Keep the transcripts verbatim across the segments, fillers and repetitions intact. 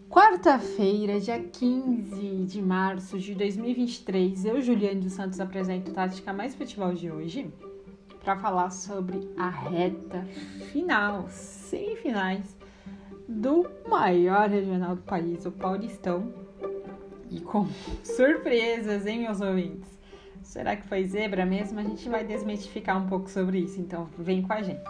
Quarta-feira, dia quinze de março de dois mil e vinte e três, eu, Juliane dos Santos, apresento Tática Mais Futebol de hoje para falar sobre a reta final, semifinais do maior regional do país, o Paulistão. E com surpresas, hein, meus ouvintes? Será que foi zebra mesmo? A gente vai desmistificar um pouco sobre isso, então vem com a gente.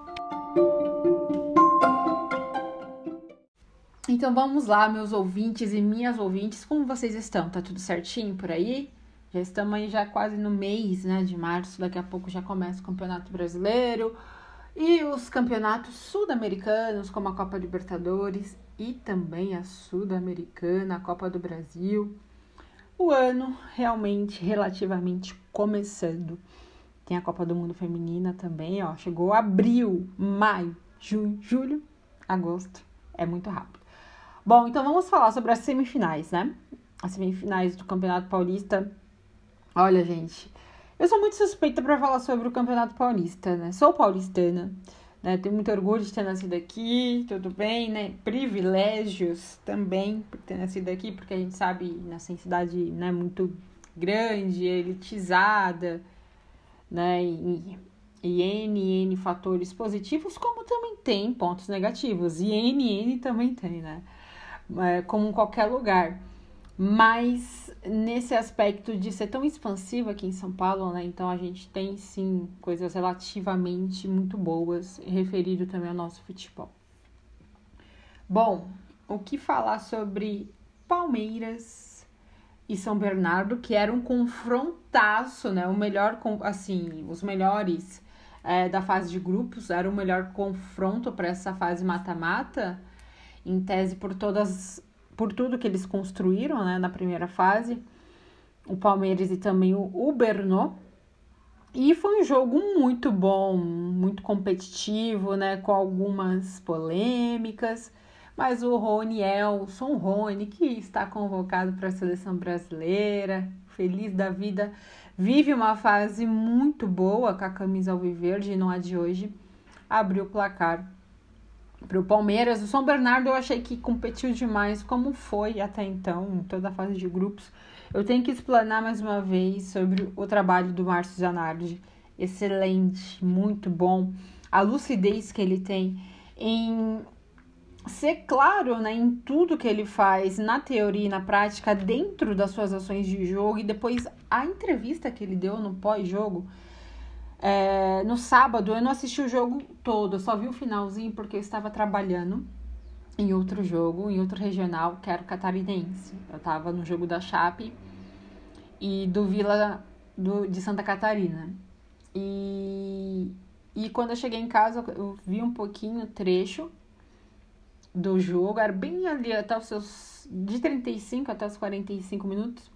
Então vamos lá, meus ouvintes e minhas ouvintes, como vocês estão? Tá tudo certinho por aí? Já estamos aí já quase no mês, né, de março, daqui a pouco já começa o Campeonato Brasileiro e os campeonatos sul-americanos, como a Copa Libertadores e também a Sul-Americana, a Copa do Brasil. O ano realmente, relativamente começando. Tem a Copa do Mundo Feminina também, ó, chegou abril, maio, junho, julho, agosto, é muito rápido. Bom, então vamos falar sobre as semifinais, né? As semifinais do Campeonato Paulista. Olha, gente, eu sou muito suspeita para falar sobre o Campeonato Paulista, né? Sou paulistana, né? Tenho muito orgulho de ter nascido aqui, tudo bem, né? Privilégios também por ter nascido aqui, porque a gente sabe, nascer em cidade, né, muito grande, elitizada, né? E, e N, N fatores positivos, como também tem pontos negativos. E N, N também tem, né? É, como em qualquer lugar. Mas nesse aspecto de ser tão expansivo aqui em São Paulo, né? Então a gente tem sim coisas relativamente muito boas, referido também ao nosso futebol. Bom, o que falar sobre Palmeiras e São Bernardo, que era um confrontaço, né? O melhor, assim, os melhores é, da fase de grupos, era o melhor confronto para essa fase mata-mata, em tese por todas, por tudo que eles construíram, né, na primeira fase, o Palmeiras e também o, o Brno. E foi um jogo muito bom, muito competitivo, né, com algumas polêmicas, mas o Rony Elson Rony, que está convocado para a seleção brasileira, feliz da vida, vive uma fase muito boa com a camisa alviverde, não a de hoje, abriu o placar para o Palmeiras. O São Bernardo eu achei que competiu demais, como foi até então, em toda a fase de grupos. Eu tenho que explanar mais uma vez sobre o trabalho do Márcio Zanardi. Excelente, muito bom. A lucidez que ele tem em ser claro, né, em tudo que ele faz, na teoria e na prática, dentro das suas ações de jogo. E depois a entrevista que ele deu no pós-jogo, É, no sábado, eu não assisti o jogo todo, eu só vi o finalzinho porque eu estava trabalhando em outro jogo, em outro regional, que era o catarinense. Eu estava no jogo da Chape e do Vila do, de Santa Catarina. E, e quando eu cheguei em casa, eu vi um pouquinho trecho do jogo, era bem ali até os seus, de trinta e cinco até os quarenta e cinco minutos.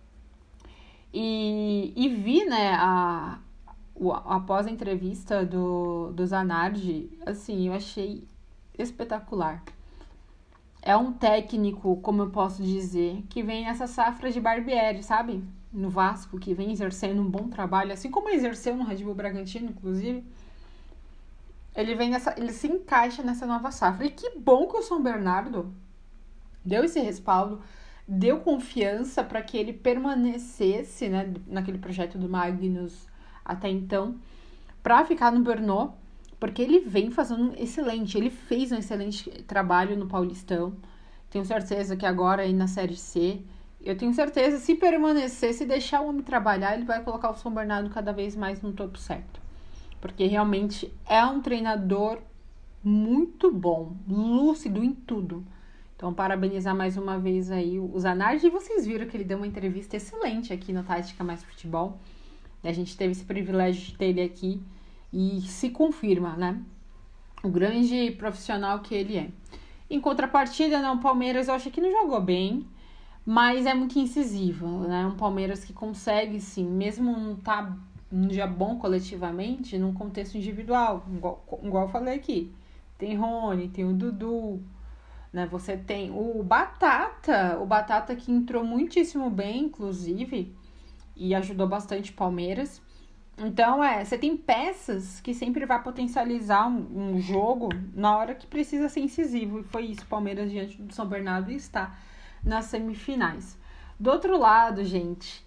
E, e vi, né, a... após a entrevista do, do Zanardi, assim, eu achei espetacular. É um técnico, como eu posso dizer, que vem nessa safra de Barbieri, sabe? No Vasco, que vem exercendo um bom trabalho, assim como exerceu no Red Bull Bragantino, inclusive. Ele vem nessa, ele se encaixa nessa nova safra. E que bom que o São Bernardo deu esse respaldo, deu confiança para que ele permanecesse, né, naquele projeto do Magnus até então, para ficar no Brno, porque ele vem fazendo um excelente, ele fez um excelente trabalho no Paulistão. Tenho certeza que agora aí na Série C, eu tenho certeza, se permanecer, se deixar o homem trabalhar, ele vai colocar o São Bernardo cada vez mais no topo certo. Porque realmente é um treinador muito bom, lúcido em tudo. Então, parabenizar mais uma vez aí o Zanardi. E vocês viram que ele deu uma entrevista excelente aqui no Tática Mais Futebol. A gente teve esse privilégio de ter ele aqui e se confirma, né? O grande profissional que ele é. Em contrapartida, né, o Palmeiras eu acho que não jogou bem, mas é muito incisivo, né? Um Palmeiras que consegue, sim, mesmo não tá um dia bom coletivamente, num contexto individual, igual, igual eu falei aqui. Tem Rony, tem o Dudu, né? Você tem o Batata, o Batata que entrou muitíssimo bem, inclusive, e ajudou bastante o Palmeiras. Então, é, você tem peças que sempre vai potencializar um, um jogo na hora que precisa ser incisivo. E foi isso, Palmeiras diante do São Bernardo está nas semifinais. Do outro lado, gente,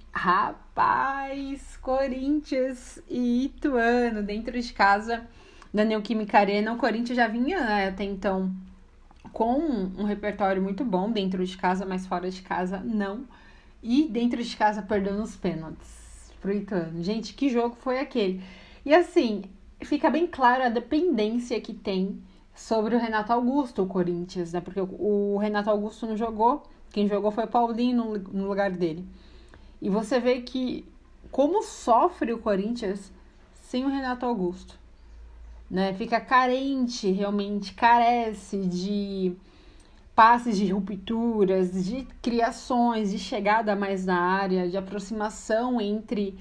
rapaz, Corinthians e Ituano dentro de casa da Neoquímica Arena. O Corinthians já vinha, né, até então com um repertório muito bom dentro de casa, mas fora de casa não. E dentro de casa perdeu nos pênaltis pro Ituano. Gente, que jogo foi aquele? E assim, fica bem claro a dependência que tem sobre o Renato Augusto, o Corinthians, né? Porque o Renato Augusto não jogou, quem jogou foi o Paulinho no lugar dele. E você vê que como sofre o Corinthians sem o Renato Augusto, né? Fica carente, realmente carece de passes de rupturas, de criações, de chegada mais na área, de aproximação entre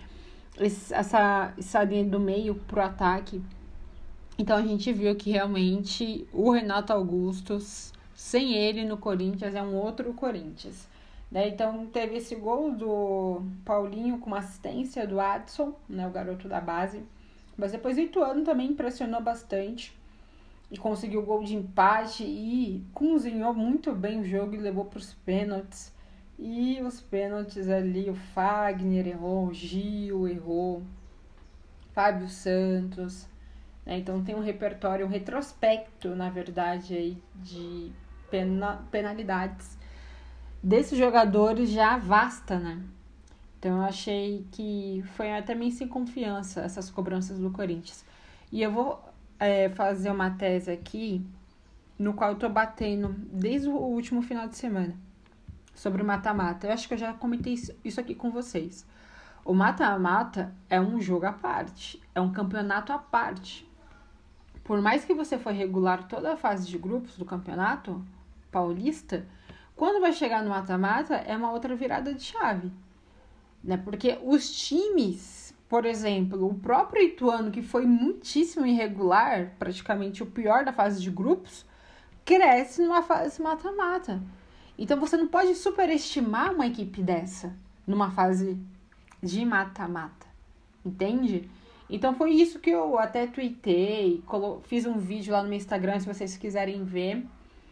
essa, essa linha do meio pro ataque. Então a gente viu que realmente o Renato Augusto, sem ele no Corinthians, é um outro Corinthians. Né? Então teve esse gol do Paulinho com uma assistência do Adson, né, o garoto da base. Mas depois o Ituano também impressionou bastante e conseguiu o gol de empate e cozinhou muito bem o jogo e levou para os pênaltis. E os pênaltis ali, o Fagner errou, o Gil errou, Fábio Santos. Né? Então tem um repertório, um retrospecto, na verdade, aí, de pena, penalidades desses jogadores já vasta, né? Então eu achei que foi até meio sem confiança essas cobranças do Corinthians. E eu vou é, fazer uma tese aqui, no qual eu tô batendo desde o último final de semana, sobre o mata-mata. Eu acho que eu já comentei isso aqui com vocês. O mata-mata é um jogo à parte, é um campeonato à parte. Por mais que você for regular toda a fase de grupos do campeonato paulista, quando vai chegar no mata-mata é uma outra virada de chave. Né? Porque os times, por exemplo, o próprio Ituano, que foi muitíssimo irregular, praticamente o pior da fase de grupos, cresce numa fase mata-mata. Então você não pode superestimar uma equipe dessa numa fase de mata-mata, entende? Então foi isso que eu até tuitei, fiz um vídeo lá no meu Instagram, se vocês quiserem ver,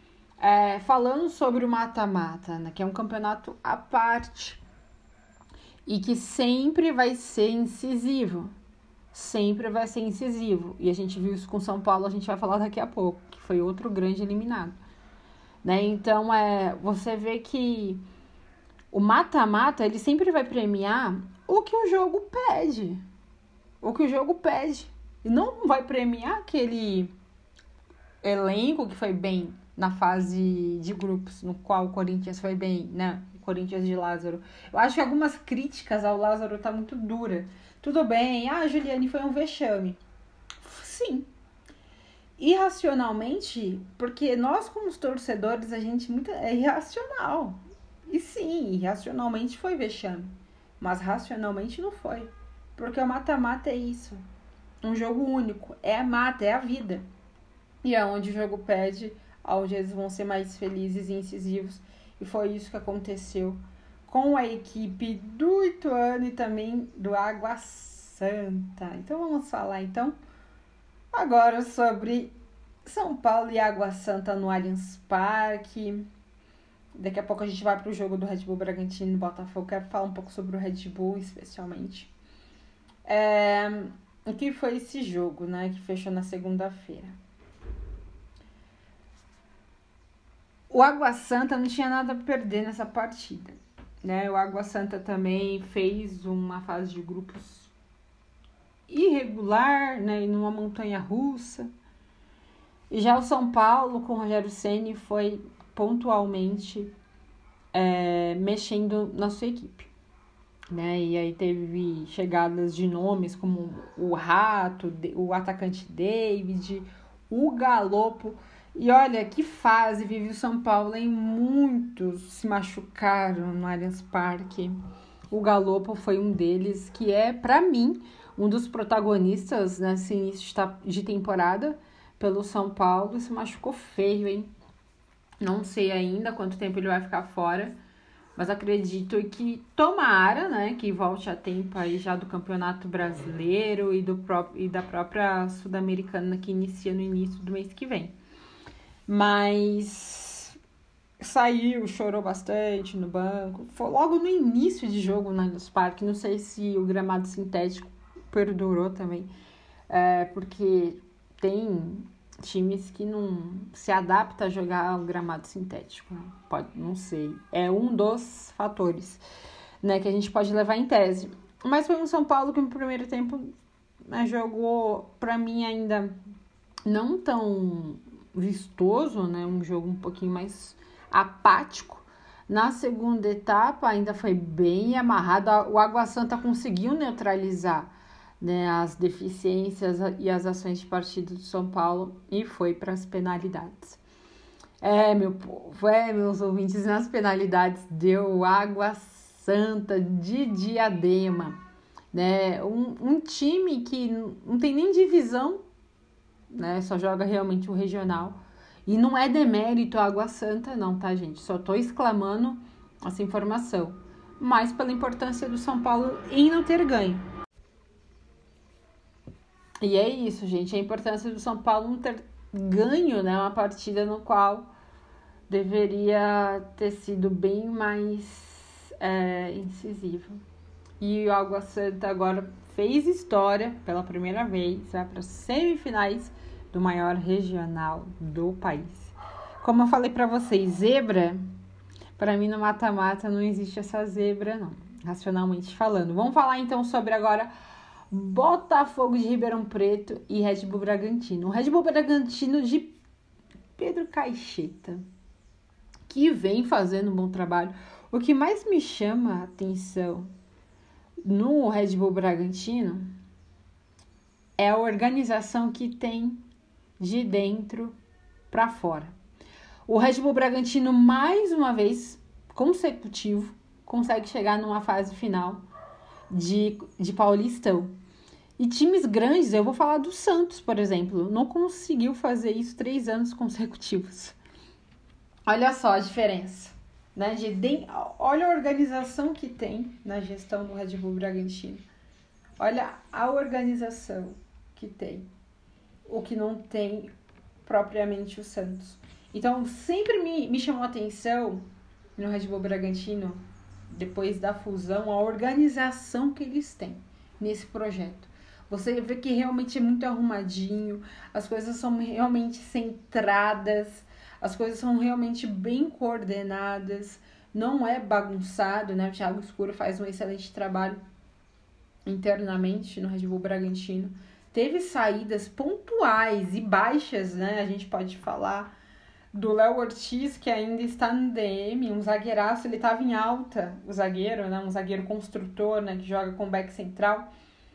é, falando sobre o mata-mata, né? Que é um campeonato à parte. E que sempre vai ser incisivo. Sempre vai ser incisivo. E a gente viu isso com São Paulo, a gente vai falar daqui a pouco, que foi outro grande eliminado. Né? Então, é, você vê que o mata-mata, ele sempre vai premiar o que o jogo pede. O que o jogo pede. E não vai premiar aquele elenco que foi bem na fase de grupos, no qual o Corinthians foi bem, né? Corinthians de Lázaro. Eu acho que algumas críticas ao Lázaro tá muito dura. Tudo bem, ah, Juliane foi um vexame. Sim. Irracionalmente, porque nós como torcedores, a gente muito, é irracional. E sim, irracionalmente foi vexame. Mas racionalmente não foi. Porque o mata-mata é isso. Um jogo único. É a mata, é a vida. E é onde o jogo pede, onde eles vão ser mais felizes e incisivos. E foi isso que aconteceu com a equipe do Ituano e também do Água Santa. Então vamos falar então agora sobre São Paulo e Água Santa no Allianz Parque. Daqui a pouco a gente vai para o jogo do Red Bull Bragantino e Botafogo. Quero falar um pouco sobre o Red Bull especialmente. É, o que foi esse jogo, né, que fechou na segunda-feira? O Água Santa não tinha nada a perder nessa partida, né? O Água Santa também fez uma fase de grupos irregular, né? Numa montanha russa. E já o São Paulo, com o Rogério Ceni, foi pontualmente é, mexendo na sua equipe, né? E aí teve chegadas de nomes como o Rato, o atacante David, o Galopo. E olha que fase vive o São Paulo, hein? Muitos se machucaram no Allianz Parque. O Galopo foi um deles, que é, para mim, um dos protagonistas nesse início de temporada pelo São Paulo. Se machucou feio, hein? Não sei ainda quanto tempo ele vai ficar fora, Mas acredito que tomara, né, que volte a tempo aí já do Campeonato Brasileiro e, do pró- e da própria Sul-Americana que inicia no início do mês que vem. Mas saiu, chorou bastante no banco. Foi logo no início de jogo no Allianz Parque. Não sei se o gramado sintético perdurou também. É, porque tem times que não se adaptam a jogar o gramado sintético. Né? Pode, não sei. É um dos fatores, né, que a gente pode levar em tese. Mas foi um São Paulo que no primeiro tempo, né, jogou, para mim, ainda não tão vistoso, né? Um jogo um pouquinho mais apático. Na segunda etapa ainda foi bem amarrado. O Água Santa conseguiu neutralizar, né, as deficiências e as ações de partido do São Paulo e foi para as penalidades. É, meu povo, é, meus ouvintes, nas penalidades deu Água Santa de Diadema, né? Um, um time que não tem nem divisão, né? Só joga realmente o regional. E não é demérito a Água Santa, não, tá, gente? Só tô exclamando essa informação. Mas pela importância do São Paulo em não ter ganho. E é isso, gente. A importância do São Paulo não ter ganho, né? Uma partida no qual deveria ter sido bem mais é, incisivo. E o Água Santa agora fez história pela primeira vez, vai para as semifinais do maior regional do país. Como eu falei para vocês, zebra, para mim no mata-mata não existe essa zebra, não, racionalmente falando. Vamos falar então sobre agora Botafogo de Ribeirão Preto e Red Bull Bragantino. O Red Bull Bragantino de Pedro Caixeta, que vem fazendo um bom trabalho. O que mais me chama a atenção no Red Bull Bragantino é a organização que tem de dentro para fora. O Red Bull Bragantino, mais uma vez, consecutivo, consegue chegar numa fase final de, de Paulistão. E times grandes, eu vou falar do Santos, por exemplo, não conseguiu fazer isso três anos consecutivos. Olha só a diferença. Né? De, de, olha a organização que tem na gestão do Red Bull Bragantino. Olha a organização que tem. O que não tem propriamente o Santos. Então, sempre me, me chamou a atenção no Red Bull Bragantino, depois da fusão, a organização que eles têm nesse projeto. Você vê que realmente é muito arrumadinho, as coisas são realmente centradas, as coisas são realmente bem coordenadas, não é bagunçado, né? O Thiago Escuro faz um excelente trabalho internamente no Red Bull Bragantino. Teve saídas pontuais e baixas, né? A gente pode falar do Léo Ortiz, que ainda está no D M, um zagueiraço, ele estava em alta, o zagueiro, né? Um zagueiro construtor, né? Que joga com back central,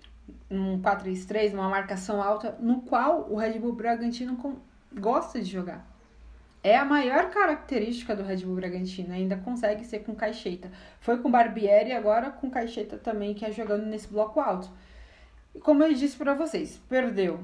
um quatro três três, uma marcação alta, no qual o Red Bull Bragantino gosta de jogar. É a maior característica do Red Bull Bragantino, ainda consegue ser com Caixeta. Foi com Barbieri e agora com Caixeta também, que é jogando nesse bloco alto. E como eu disse para vocês, perdeu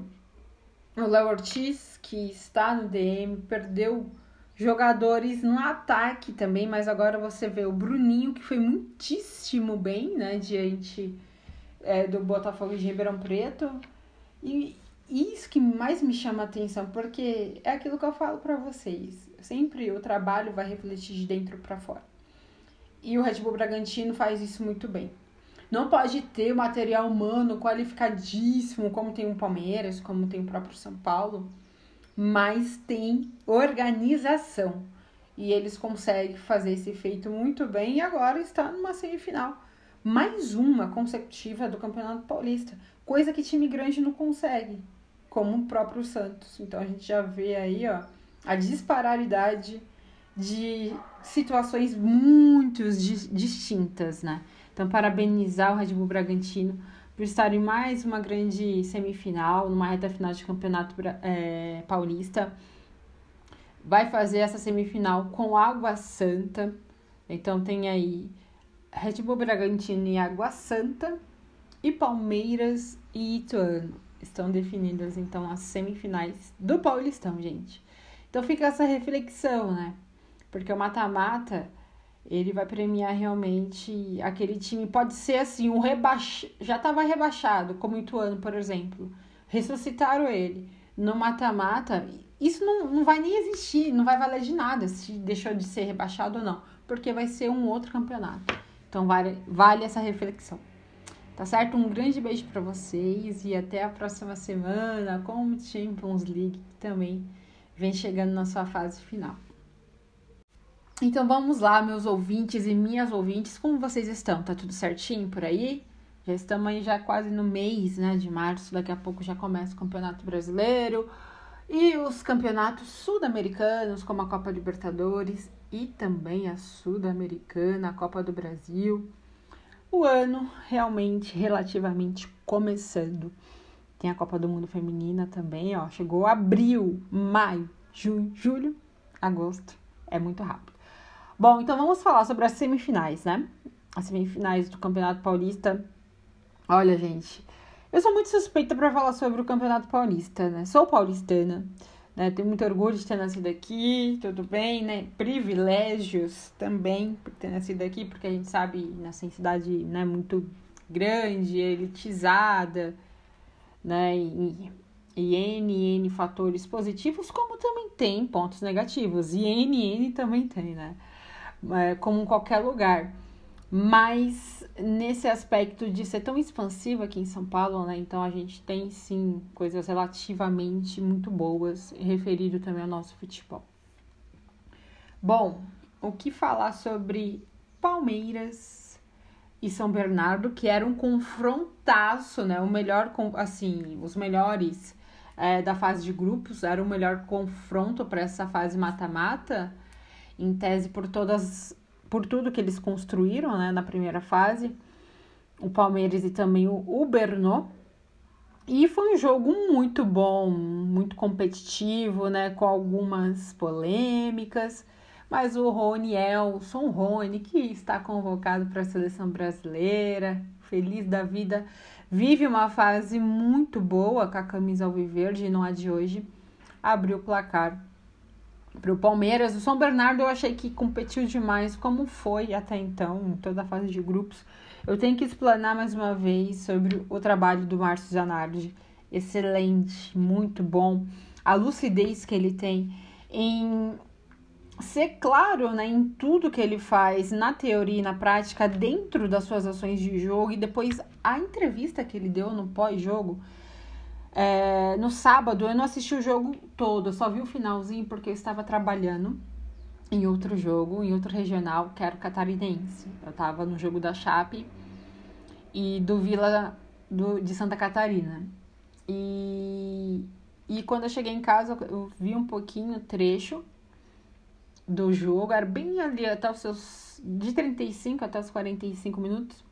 o Léo Ortiz, que está no D M, perdeu jogadores no ataque também, mas agora você vê o Bruninho, que foi muitíssimo bem, né, diante é, do Botafogo de Ribeirão Preto. E isso que mais me chama a atenção, porque é aquilo que eu falo para vocês. Sempre o trabalho vai refletir de dentro para fora. E o Red Bull Bragantino faz isso muito bem. Não pode ter o material humano qualificadíssimo, como tem o Palmeiras, como tem o próprio São Paulo, mas tem organização. E eles conseguem fazer esse feito muito bem e agora está numa semifinal. Mais uma consecutiva do Campeonato Paulista, coisa que time grande não consegue, como o próprio Santos. Então a gente já vê aí, ó, a disparidade de situações muito distintas, né? Então, parabenizar o Red Bull Bragantino por estar em mais uma grande semifinal, numa reta final de Campeonato é, Paulista. Vai fazer essa semifinal com Água Santa. Então, tem aí Red Bull Bragantino e Água Santa. E Palmeiras e Ituano. Estão definidas, então, as semifinais do Paulistão, gente. Então, fica essa reflexão, né? Porque o mata-mata, Ele vai premiar realmente aquele time. Pode ser assim, um rebaix... já estava rebaixado, como o Ituano, por exemplo. Ressuscitaram ele no mata-mata. Isso não, não vai nem existir, não vai valer de nada se deixou de ser rebaixado ou não. Porque vai ser um outro campeonato. Então vale, vale essa reflexão. Tá certo? Um grande beijo para vocês e até a próxima semana com o Champions League, que também vem chegando na sua fase final. Então vamos lá, meus ouvintes e minhas ouvintes, como vocês estão? Tá tudo certinho por aí? Já estamos aí já quase no mês, né, de março, daqui a pouco já começa o Campeonato Brasileiro e os campeonatos sul-americanos, como a Copa Libertadores e também a Sul-Americana, a Copa do Brasil. O ano realmente, relativamente começando. Tem a Copa do Mundo Feminina também, ó. Chegou abril, maio, junho, julho, agosto. É muito rápido. Bom, então vamos falar sobre as semifinais, né? As semifinais do Campeonato Paulista. Olha, gente, eu sou muito suspeita para falar sobre o Campeonato Paulista, né? Sou paulistana, né? Tenho muito orgulho de ter nascido aqui, tudo bem, né? Privilégios também por ter nascido aqui, porque a gente sabe, nascer em cidade, né, muito grande, elitizada, né? E, e N, N fatores positivos, como também tem pontos negativos. E N, N também tem, né? É, como em qualquer lugar. Mas nesse aspecto de ser tão expansivo aqui em São Paulo, né? Então a gente tem sim coisas relativamente muito boas, referido também ao nosso futebol. Bom, o que falar sobre Palmeiras e São Bernardo, que era um confrontaço, né? O melhor, assim, os melhores é, da fase de grupos, era o melhor confronto para essa fase mata-mata, em tese por todas, por tudo que eles construíram, né, na primeira fase, o Palmeiras e também o, o Brno. E foi um jogo muito bom, muito competitivo, né, com algumas polêmicas, mas o Rony Elson Rony, que está convocado para a seleção brasileira, feliz da vida, vive uma fase muito boa com a camisa alviverde, não a de hoje, abriu o placar para o Palmeiras. O São Bernardo eu achei que competiu demais, como foi até então, em toda a fase de grupos. Eu tenho que explanar mais uma vez sobre o trabalho do Márcio Zanardi. Excelente, muito bom. A lucidez que ele tem em ser claro, né, em tudo que ele faz, na teoria e na prática, dentro das suas ações de jogo. E depois a entrevista que ele deu no pós-jogo, É, no sábado, eu não assisti o jogo todo, eu só vi o finalzinho porque eu estava trabalhando em outro jogo, em outro regional, que era o catarinense. Eu estava no jogo da Chape e do Vila do, de Santa Catarina. E, e quando eu cheguei em casa, eu vi um pouquinho trecho do jogo, era bem ali até os seus, de trinta e cinco até os quarenta e cinco minutos.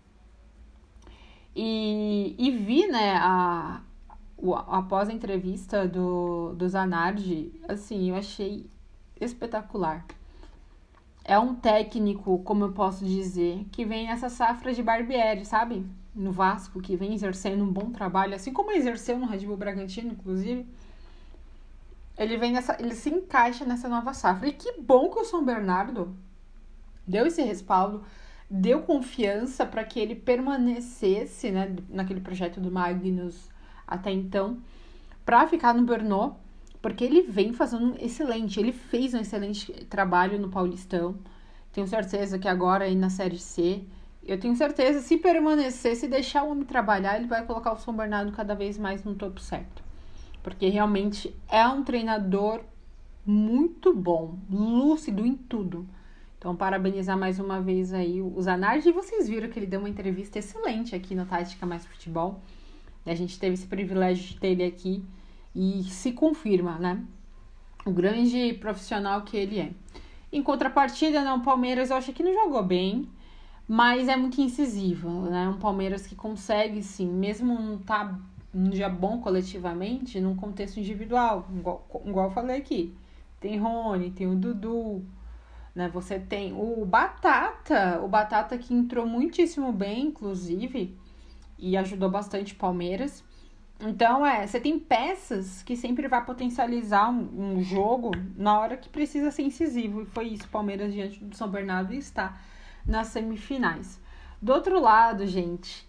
E, e vi, né, a após a entrevista do, do Zanardi, assim, eu achei espetacular. É um técnico, como eu posso dizer, que vem nessa safra de Barbieri, sabe? No Vasco, que vem exercendo um bom trabalho, assim como exerceu no Red Bull Bragantino, inclusive. Ele vem nessa, ele se encaixa nessa nova safra. E que bom que o São Bernardo deu esse respaldo, deu confiança para que ele permanecesse, né, naquele projeto do Magnus até então, para ficar no Brno, porque ele vem fazendo um excelente, ele fez um excelente trabalho no Paulistão. Tenho certeza que agora aí na Série C, eu tenho certeza, se permanecer, se deixar o homem trabalhar, ele vai colocar o São Bernardo cada vez mais no topo certo. Porque realmente é um treinador muito bom, lúcido em tudo. Então, parabenizar mais uma vez aí o Zanardi. E vocês viram que ele deu uma entrevista excelente aqui no Tática Mais Futebol. A gente teve esse privilégio de ter ele aqui e se confirma, né? O grande profissional que ele é. Em contrapartida, né, o Palmeiras eu acho que não jogou bem, mas é muito incisivo, né? Um Palmeiras que consegue, sim, mesmo não tá um dia bom coletivamente, num contexto individual, igual, igual eu falei aqui. Tem Rony, tem o Dudu, né? Você tem o Batata, o Batata que entrou muitíssimo bem, inclusive, e ajudou bastante o Palmeiras. Então, é, você tem peças que sempre vai potencializar um, um jogo na hora que precisa ser incisivo. E foi isso, Palmeiras diante do São Bernardo está nas semifinais. Do outro lado, gente,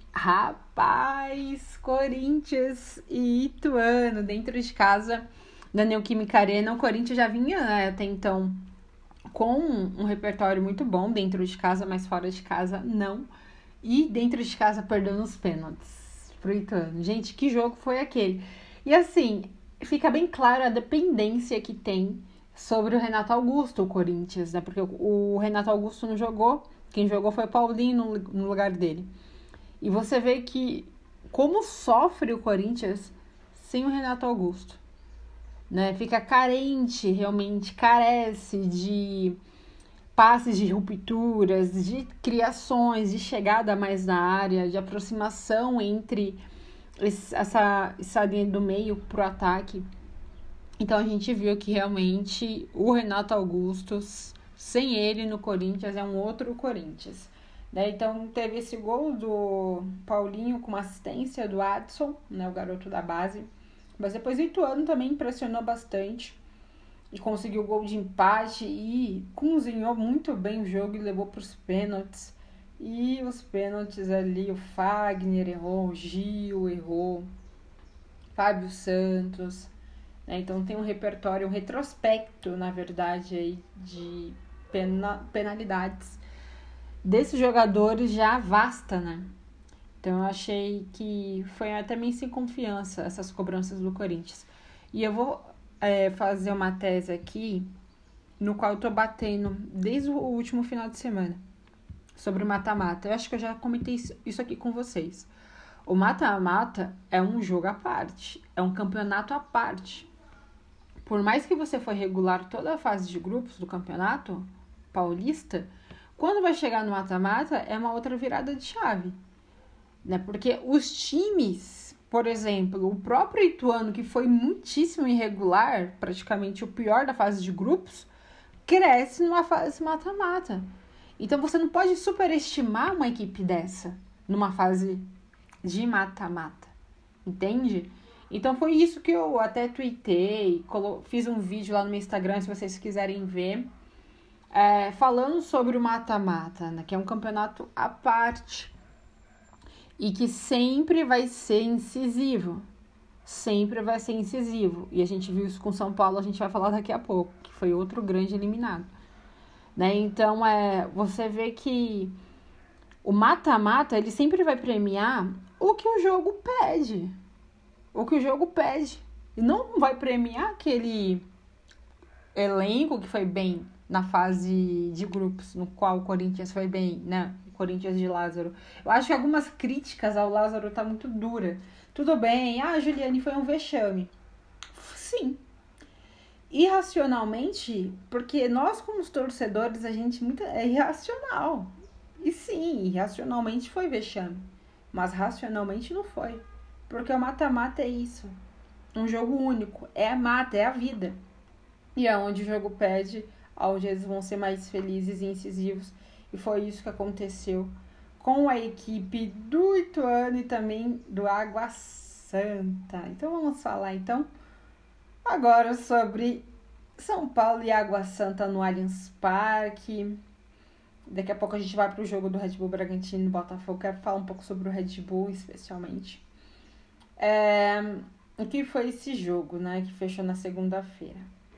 rapaz, Corinthians e Ituano dentro de casa da Neoquímica Arena. O Corinthians já vinha, né, até então com um repertório muito bom dentro de casa, mas fora de casa não. E dentro de casa perdeu nos pênaltis pro Ituano. Gente, que jogo foi aquele? E assim, fica bem claro a dependência que tem sobre o Renato Augusto, o Corinthians, né? Porque o Renato Augusto não jogou, quem jogou foi o Paulinho no, no lugar dele. E você vê que como sofre o Corinthians sem o Renato Augusto, né? Fica carente, realmente carece de passes de rupturas, de criações, de chegada mais na área, de aproximação entre essa, essa linha do meio pro ataque. Então a gente viu que realmente o Renato Augusto, sem ele no Corinthians, é um outro Corinthians. Né? Então teve esse gol do Paulinho com uma assistência do Adson, né, o garoto da base. Mas depois o Ituano também impressionou bastante e conseguiu o gol de empate e cozinhou muito bem o jogo e levou para os pênaltis. E os pênaltis ali, o Fagner errou, o Gil errou, Fábio Santos. Né? Então tem um repertório, um retrospecto, na verdade, aí, de pena, penalidades desses jogadores já vasta, né? Então eu achei que foi até meio sem confiança essas cobranças do Corinthians. E eu vou é, fazer uma tese aqui, no qual eu tô batendo desde o último final de semana, sobre o mata-mata. Eu acho que eu já comentei isso aqui com vocês. O mata-mata é um jogo à parte, é um campeonato à parte. Por mais que você for regular toda a fase de grupos do campeonato paulista, quando vai chegar no mata-mata é uma outra virada de chave. Né? Porque os times, por exemplo, o próprio Ituano, que foi muitíssimo irregular, praticamente o pior da fase de grupos, cresce numa fase mata-mata. Então você não pode superestimar uma equipe dessa numa fase de mata-mata, entende? Então foi isso que eu até tuitei, fiz um vídeo lá no meu Instagram, se vocês quiserem ver, é, falando sobre o mata-mata, né, que é um campeonato à parte e que sempre vai ser incisivo, sempre vai ser incisivo. E a gente viu isso com São Paulo, a gente vai falar daqui a pouco, que foi outro grande eliminado. Né? Então, é, você vê que o mata-mata, ele sempre vai premiar o que o jogo pede. O que o jogo pede. E não vai premiar aquele elenco que foi bem na fase de grupos, no qual o Corinthians foi bem, né? O Corinthians de Lázaro. Eu acho que algumas críticas ao Lázaro tá muito dura. Tudo bem, ah, Juliane, foi um vexame. Sim. Irracionalmente, porque nós como torcedores, a gente muito, é irracional. E sim, irracionalmente foi vexame. Mas racionalmente não foi. Porque o mata-mata é isso. Um jogo único. É a mata, é a vida. E é onde o jogo pede, onde eles vão ser mais felizes e incisivos. E foi isso que aconteceu com a equipe do Ituano e também do Água Santa. Então vamos falar então agora sobre São Paulo e Água Santa no Allianz Parque. Daqui a pouco a gente vai para o jogo do Red Bull Bragantino e Botafogo. Quero falar um pouco sobre o Red Bull, especialmente. É, o que foi esse jogo, né? Que fechou na segunda-feira.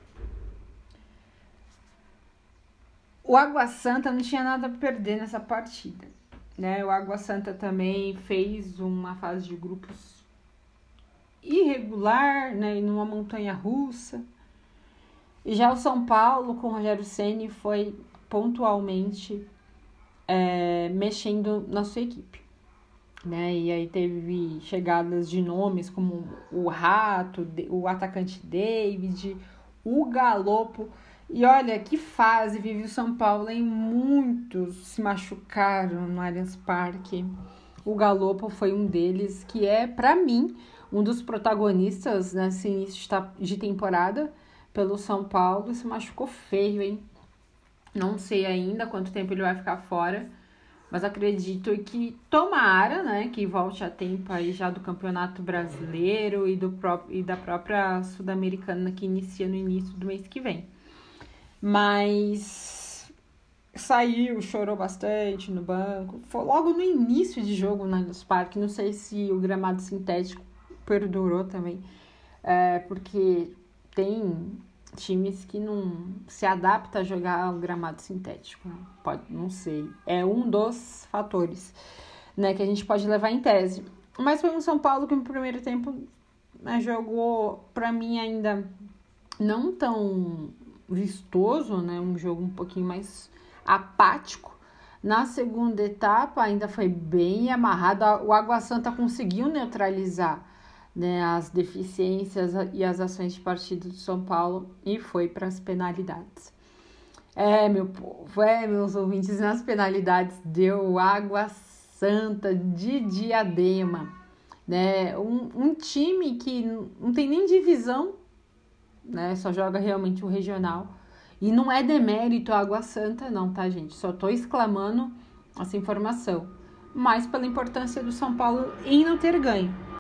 O Água Santa não tinha nada a perder nessa partida. Né? O Água Santa também fez uma fase de grupos irregular, né? Numa montanha russa. E já o São Paulo, com o Rogério Ceni, foi pontualmente é, mexendo na sua equipe. Né? E aí teve chegadas de nomes como o Rato, o atacante David, o Galopo. E olha que fase vive o São Paulo, hein? Muitos se machucaram no Allianz Parque. O Galopo foi um deles, que é, para mim, um dos protagonistas nesse início de temporada pelo São Paulo. Se machucou feio, hein? Não sei ainda quanto tempo ele vai ficar fora, Mas acredito que tomara, né, que volte a tempo aí já do Campeonato Brasileiro e, do pró- e da própria Sul-Americana que inicia no início do mês que vem. Mas saiu, chorou bastante no banco. Foi logo no início de jogo na Allianz Parque. Não sei se o gramado sintético perdurou também. É, porque tem times que não se adaptam a jogar o gramado sintético. Pode, não sei. É um dos fatores, né, que a gente pode levar em tese. Mas foi um São Paulo que no primeiro tempo, né, jogou, para mim, ainda não tão vistoso, né? Um jogo um pouquinho mais apático. Na segunda etapa ainda foi bem amarrado. O Água Santa conseguiu neutralizar, né, as deficiências e as ações de partido do São Paulo e foi para as penalidades. É, meu povo, é, meus ouvintes, nas penalidades deu Água Santa de Diadema, né? Um, um time que não tem nem divisão, né? Só joga realmente o regional. E não é demérito a Água Santa, não, tá, gente? Só tô exclamando essa informação. Mas pela importância do São Paulo em não ter ganho.